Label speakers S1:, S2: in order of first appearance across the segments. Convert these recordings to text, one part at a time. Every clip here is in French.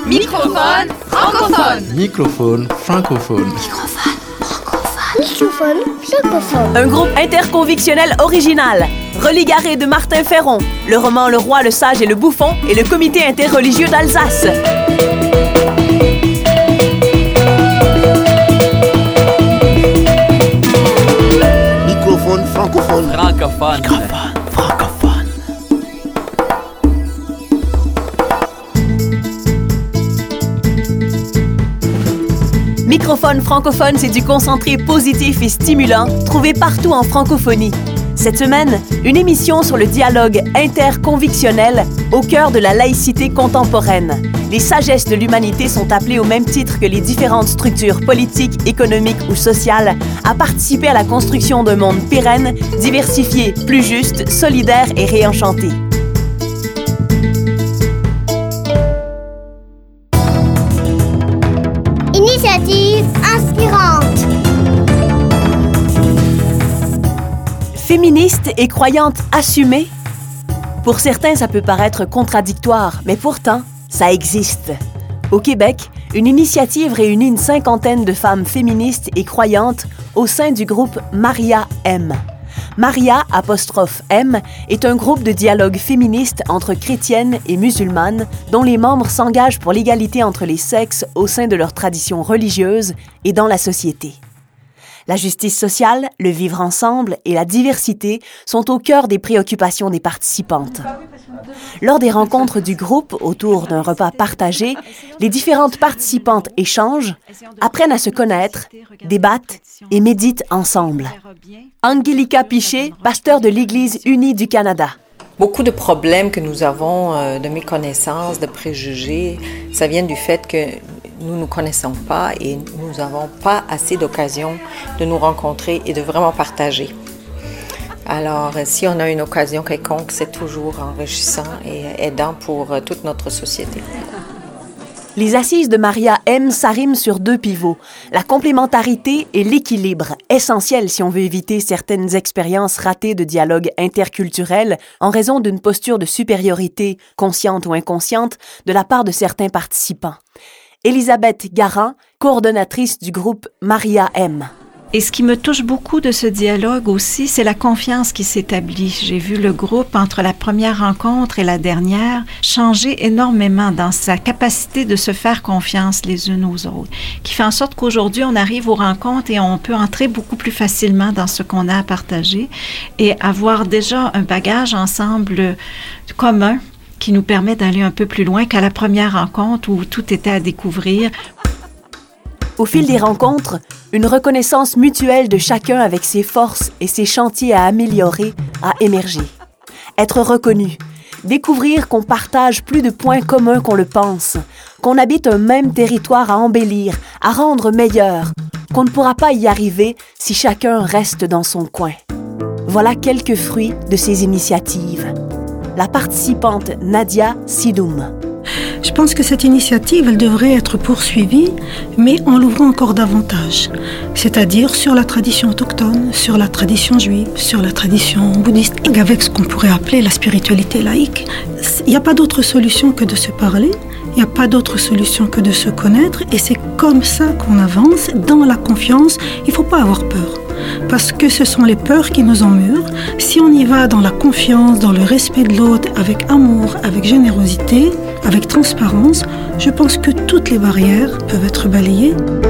S1: Microphone francophone.
S2: Microphone francophone.
S3: Microphone francophone.
S4: Un groupe interconvictionnel original. Religaré de Martin Ferron, le roman Le Roi, le Sage et le Bouffon et le Comité interreligieux d'Alsace.
S5: Microphone francophone.
S1: Francophone.
S4: Microphone francophone, c'est du concentré positif et stimulant, trouvé partout en francophonie. Cette semaine, une émission sur le dialogue interconvictionnel au cœur de la laïcité contemporaine. Les sagesses de l'humanité sont appelées au même titre que les différentes structures politiques, économiques ou sociales à participer à la construction d'un monde pérenne, diversifié, plus juste, solidaire et réenchanté.
S3: Initiative inspirante.
S4: Féministe et croyante assumée? Pour certains, ça peut paraître contradictoire, mais pourtant, ça existe. Au Québec, une initiative réunit une cinquantaine de femmes féministes et croyantes au sein du groupe Maria M. Maria _M est un groupe de dialogue féministe entre chrétiennes et musulmanes dont les membres s'engagent pour l'égalité entre les sexes au sein de leur tradition religieuse et dans la société. La justice sociale, le vivre ensemble et la diversité sont au cœur des préoccupations des participantes. Lors des rencontres du groupe autour d'un repas partagé, les différentes participantes échangent, apprennent à se connaître, débattent et méditent ensemble. Angelica Piché, pasteur de l'Église unie du Canada.
S6: Beaucoup de problèmes que nous avons de méconnaissance, de préjugés, ça vient du fait que nous ne nous connaissons pas et nous n'avons pas assez d'occasions de nous rencontrer et de vraiment partager. Alors, si on a une occasion quelconque, c'est toujours enrichissant et aidant pour toute notre société.
S4: Les assises de Maria M s'arriment sur deux pivots, la complémentarité et l'équilibre, essentiels si on veut éviter certaines expériences ratées de dialogue interculturel en raison d'une posture de supériorité, consciente ou inconsciente, de la part de certains participants. Elisabeth Garand, coordonnatrice du groupe Maria M.
S7: Et ce qui me touche beaucoup de ce dialogue aussi, c'est la confiance qui s'établit. J'ai vu le groupe, entre la première rencontre et la dernière, changer énormément dans sa capacité de se faire confiance les unes aux autres, qui fait en sorte qu'aujourd'hui, on arrive aux rencontres et on peut entrer beaucoup plus facilement dans ce qu'on a à partager et avoir déjà un bagage ensemble commun qui nous permet d'aller un peu plus loin qu'à la première rencontre où tout était à découvrir.
S4: Au fil des rencontres, une reconnaissance mutuelle de chacun avec ses forces et ses chantiers à améliorer a émergé. Être reconnu, découvrir qu'on partage plus de points communs qu'on le pense, qu'on habite un même territoire à embellir, à rendre meilleur, qu'on ne pourra pas y arriver si chacun reste dans son coin. Voilà quelques fruits de ces initiatives. La participante Nadia Sidoum.
S8: Je pense que cette initiative, elle devrait être poursuivie, mais en l'ouvrant encore davantage. C'est-à-dire sur la tradition autochtone, sur la tradition juive, sur la tradition bouddhiste, avec ce qu'on pourrait appeler la spiritualité laïque. Il n'y a pas d'autre solution que de se parler, il n'y a pas d'autre solution que de se connaître, et c'est comme ça qu'on avance, dans la confiance. Il ne faut pas avoir peur. Parce que ce sont les peurs qui nous emmurent. Si on y va dans la confiance, dans le respect de l'autre, avec amour, avec générosité, avec transparence, je pense que toutes les barrières peuvent être balayées.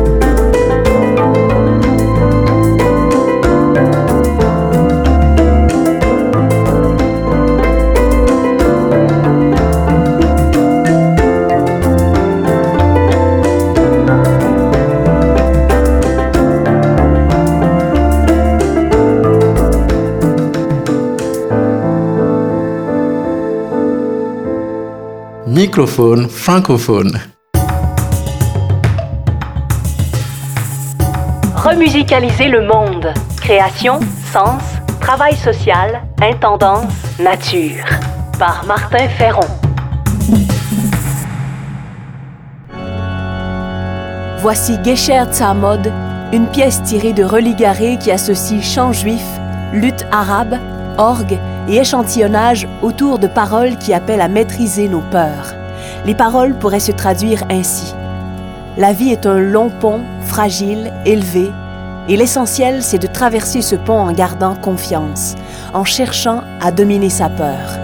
S2: Microphone francophone.
S4: Remusicaliser le monde. Création, sens, travail social, intendance, nature. Par Martin Ferron. Voici Gesher Tzamod, une pièce tirée de Religaré qui associe chant juif, lutte arabe, orgue et échantillonnage autour de paroles qui appellent à maîtriser nos peurs. Les paroles pourraient se traduire ainsi. La vie est un long pont, fragile, élevé, et l'essentiel, c'est de traverser ce pont en gardant confiance, en cherchant à dominer sa peur.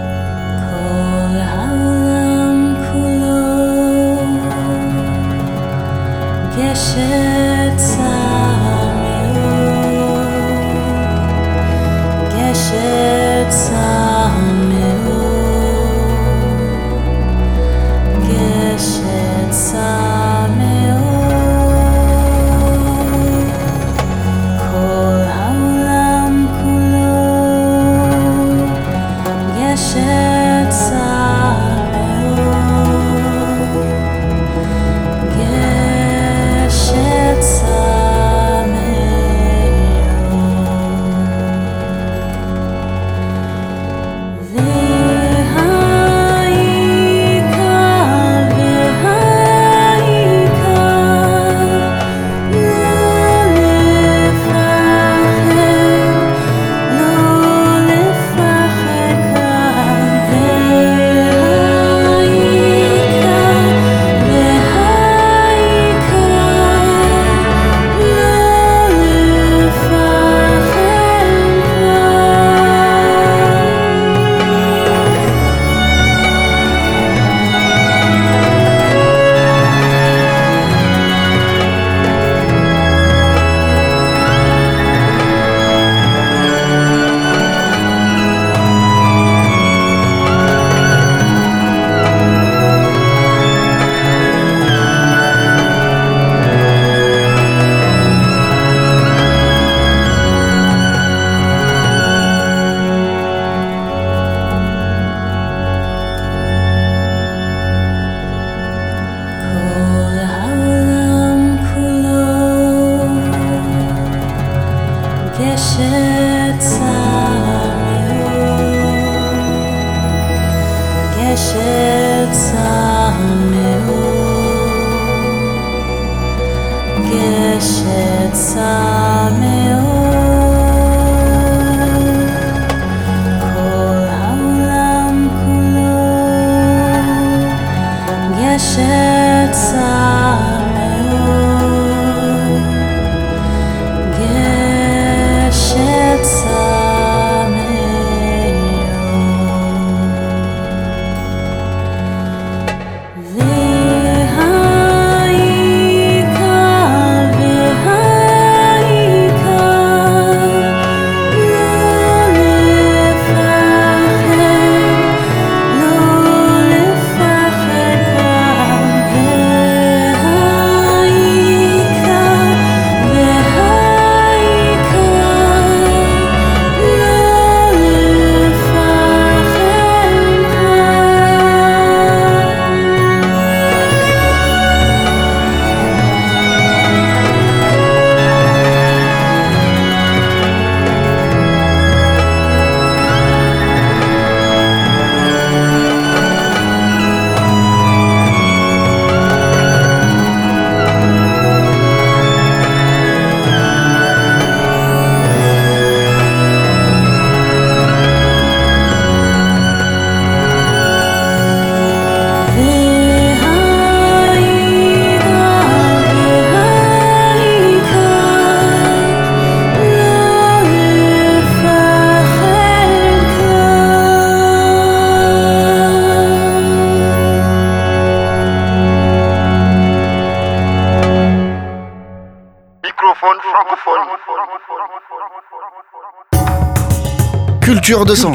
S5: Culture de sens.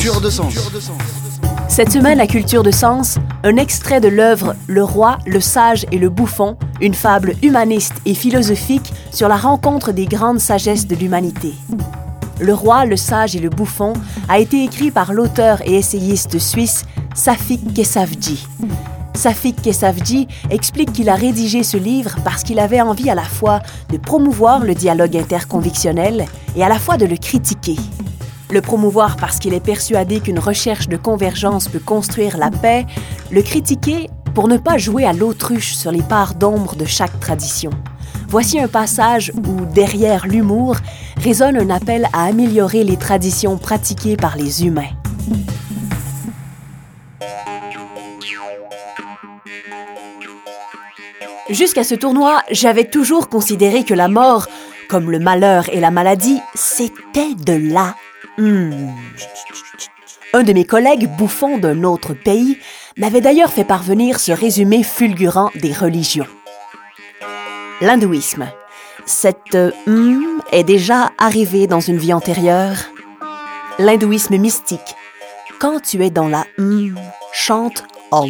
S4: Cette semaine à Culture de sens, un extrait de l'œuvre « Le roi, le sage et le bouffon », une fable humaniste et philosophique sur la rencontre des grandes sagesses de l'humanité. Le roi, le sage et le bouffon a été écrit par l'auteur et essayiste suisse Safik Kessavdji. Safik Kessavdji explique qu'il a rédigé ce livre parce qu'il avait envie à la fois de promouvoir le dialogue interconvictionnel et à la fois de le critiquer. Le promouvoir parce qu'il est persuadé qu'une recherche de convergence peut construire la paix, le critiquer pour ne pas jouer à l'autruche sur les parts d'ombre de chaque tradition. Voici un passage où, derrière l'humour, résonne un appel à améliorer les traditions pratiquées par les humains. Jusqu'à ce tournoi, j'avais toujours considéré que la mort, comme le malheur et la maladie, c'était de la... Un de mes collègues bouffons d'un autre pays m'avait d'ailleurs fait parvenir ce résumé fulgurant des religions. L'hindouisme. Cette est déjà arrivée dans une vie antérieure. L'hindouisme mystique. Quand tu es dans la chante Om.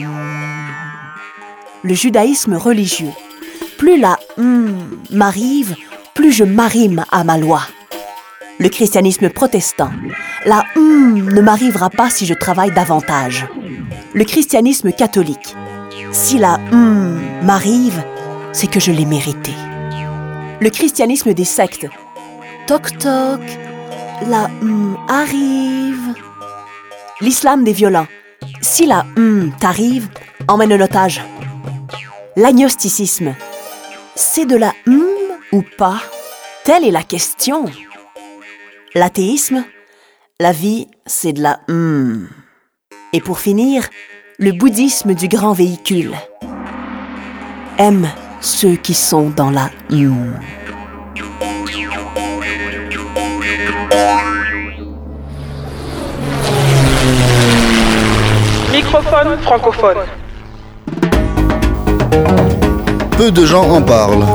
S4: Le judaïsme religieux. Plus la m'arrive, plus je m'arrime à ma loi. Le christianisme protestant. La ne m'arrivera pas si je travaille davantage. Le christianisme catholique. Si la m'arrive, c'est que je l'ai mérité. Le christianisme des sectes. Toc toc, la arrive. L'islam des violents. Si la t'arrive, emmène un otage. L'agnosticisme. C'est de la ou pas? Telle est la question. L'athéisme. La vie, c'est de la Et pour finir, le bouddhisme du grand véhicule. Aime ceux qui sont dans la
S9: Microphone francophone.
S5: Peu de gens en parlent.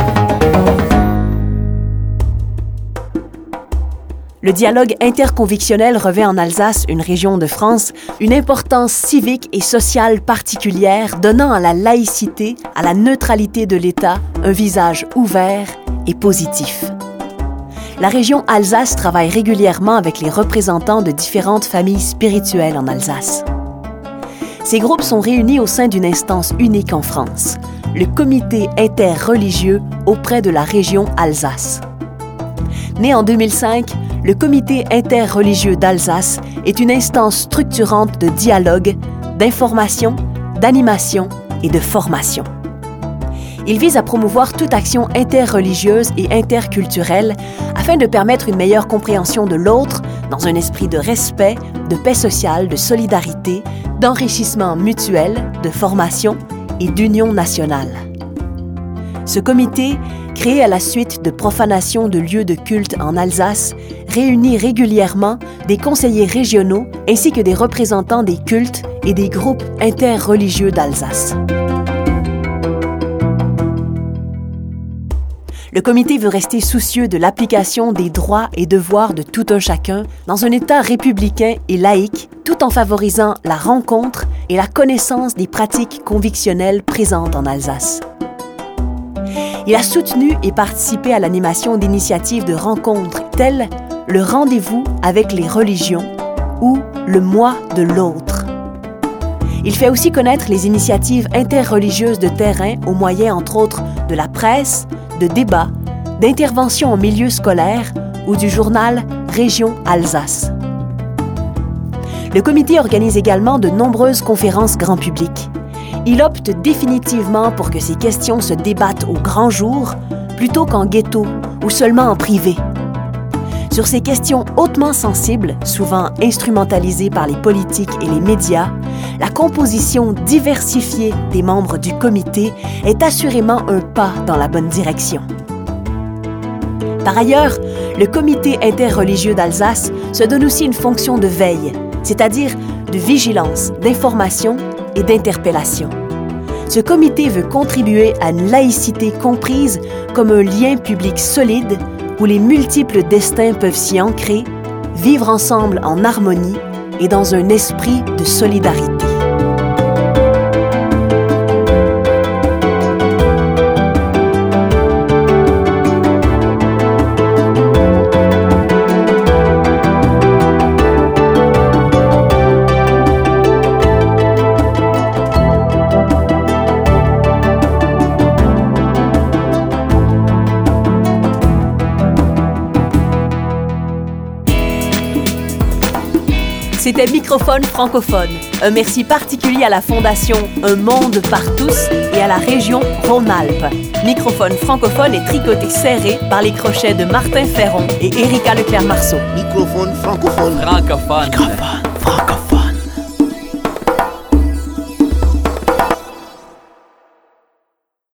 S4: Le dialogue interconvictionnel revêt en Alsace, une région de France, une importance civique et sociale particulière, donnant à la laïcité, à la neutralité de l'État, un visage ouvert et positif. La région Alsace travaille régulièrement avec les représentants de différentes familles spirituelles en Alsace. Ces groupes sont réunis au sein d'une instance unique en France, le Comité interreligieux auprès de la région Alsace. Né en 2005, le Comité interreligieux d'Alsace est une instance structurante de dialogue, d'information, d'animation et de formation. Il vise à promouvoir toute action interreligieuse et interculturelle afin de permettre une meilleure compréhension de l'autre dans un esprit de respect, de paix sociale, de solidarité, d'enrichissement mutuel, de formation et d'union nationale. Ce comité, créé à la suite de profanation de lieux de culte en Alsace, réunit régulièrement des conseillers régionaux ainsi que des représentants des cultes et des groupes interreligieux d'Alsace. Le comité veut rester soucieux de l'application des droits et devoirs de tout un chacun dans un État républicain et laïque, tout en favorisant la rencontre et la connaissance des pratiques convictionnelles présentes en Alsace. Il a soutenu et participé à l'animation d'initiatives de rencontres telles le rendez-vous avec les religions ou le mois de l'autre. Il fait aussi connaître les initiatives interreligieuses de terrain au moyen, entre autres, de la presse, de débats, d'interventions en milieu scolaire ou du journal Région Alsace. Le comité organise également de nombreuses conférences grand public. Il opte définitivement pour que ces questions se débattent au grand jour plutôt qu'en ghetto ou seulement en privé. Sur ces questions hautement sensibles, souvent instrumentalisées par les politiques et les médias, la composition diversifiée des membres du comité est assurément un pas dans la bonne direction. Par ailleurs, le Comité interreligieux d'Alsace se donne aussi une fonction de veille, c'est-à-dire de vigilance, d'information et d'interpellation. Ce comité veut contribuer à une laïcité comprise comme un lien public solide où les multiples destins peuvent s'y ancrer, vivre ensemble en harmonie et dans un esprit de solidarité. C'était Microphone francophone. Un merci particulier à la Fondation Un monde par tous et à la région Rhône-Alpes. Microphone francophone est tricoté serré par les crochets de Martin Ferron et Erika Leclerc-Marceau.
S5: Microphone francophone.
S2: Microphone francophone.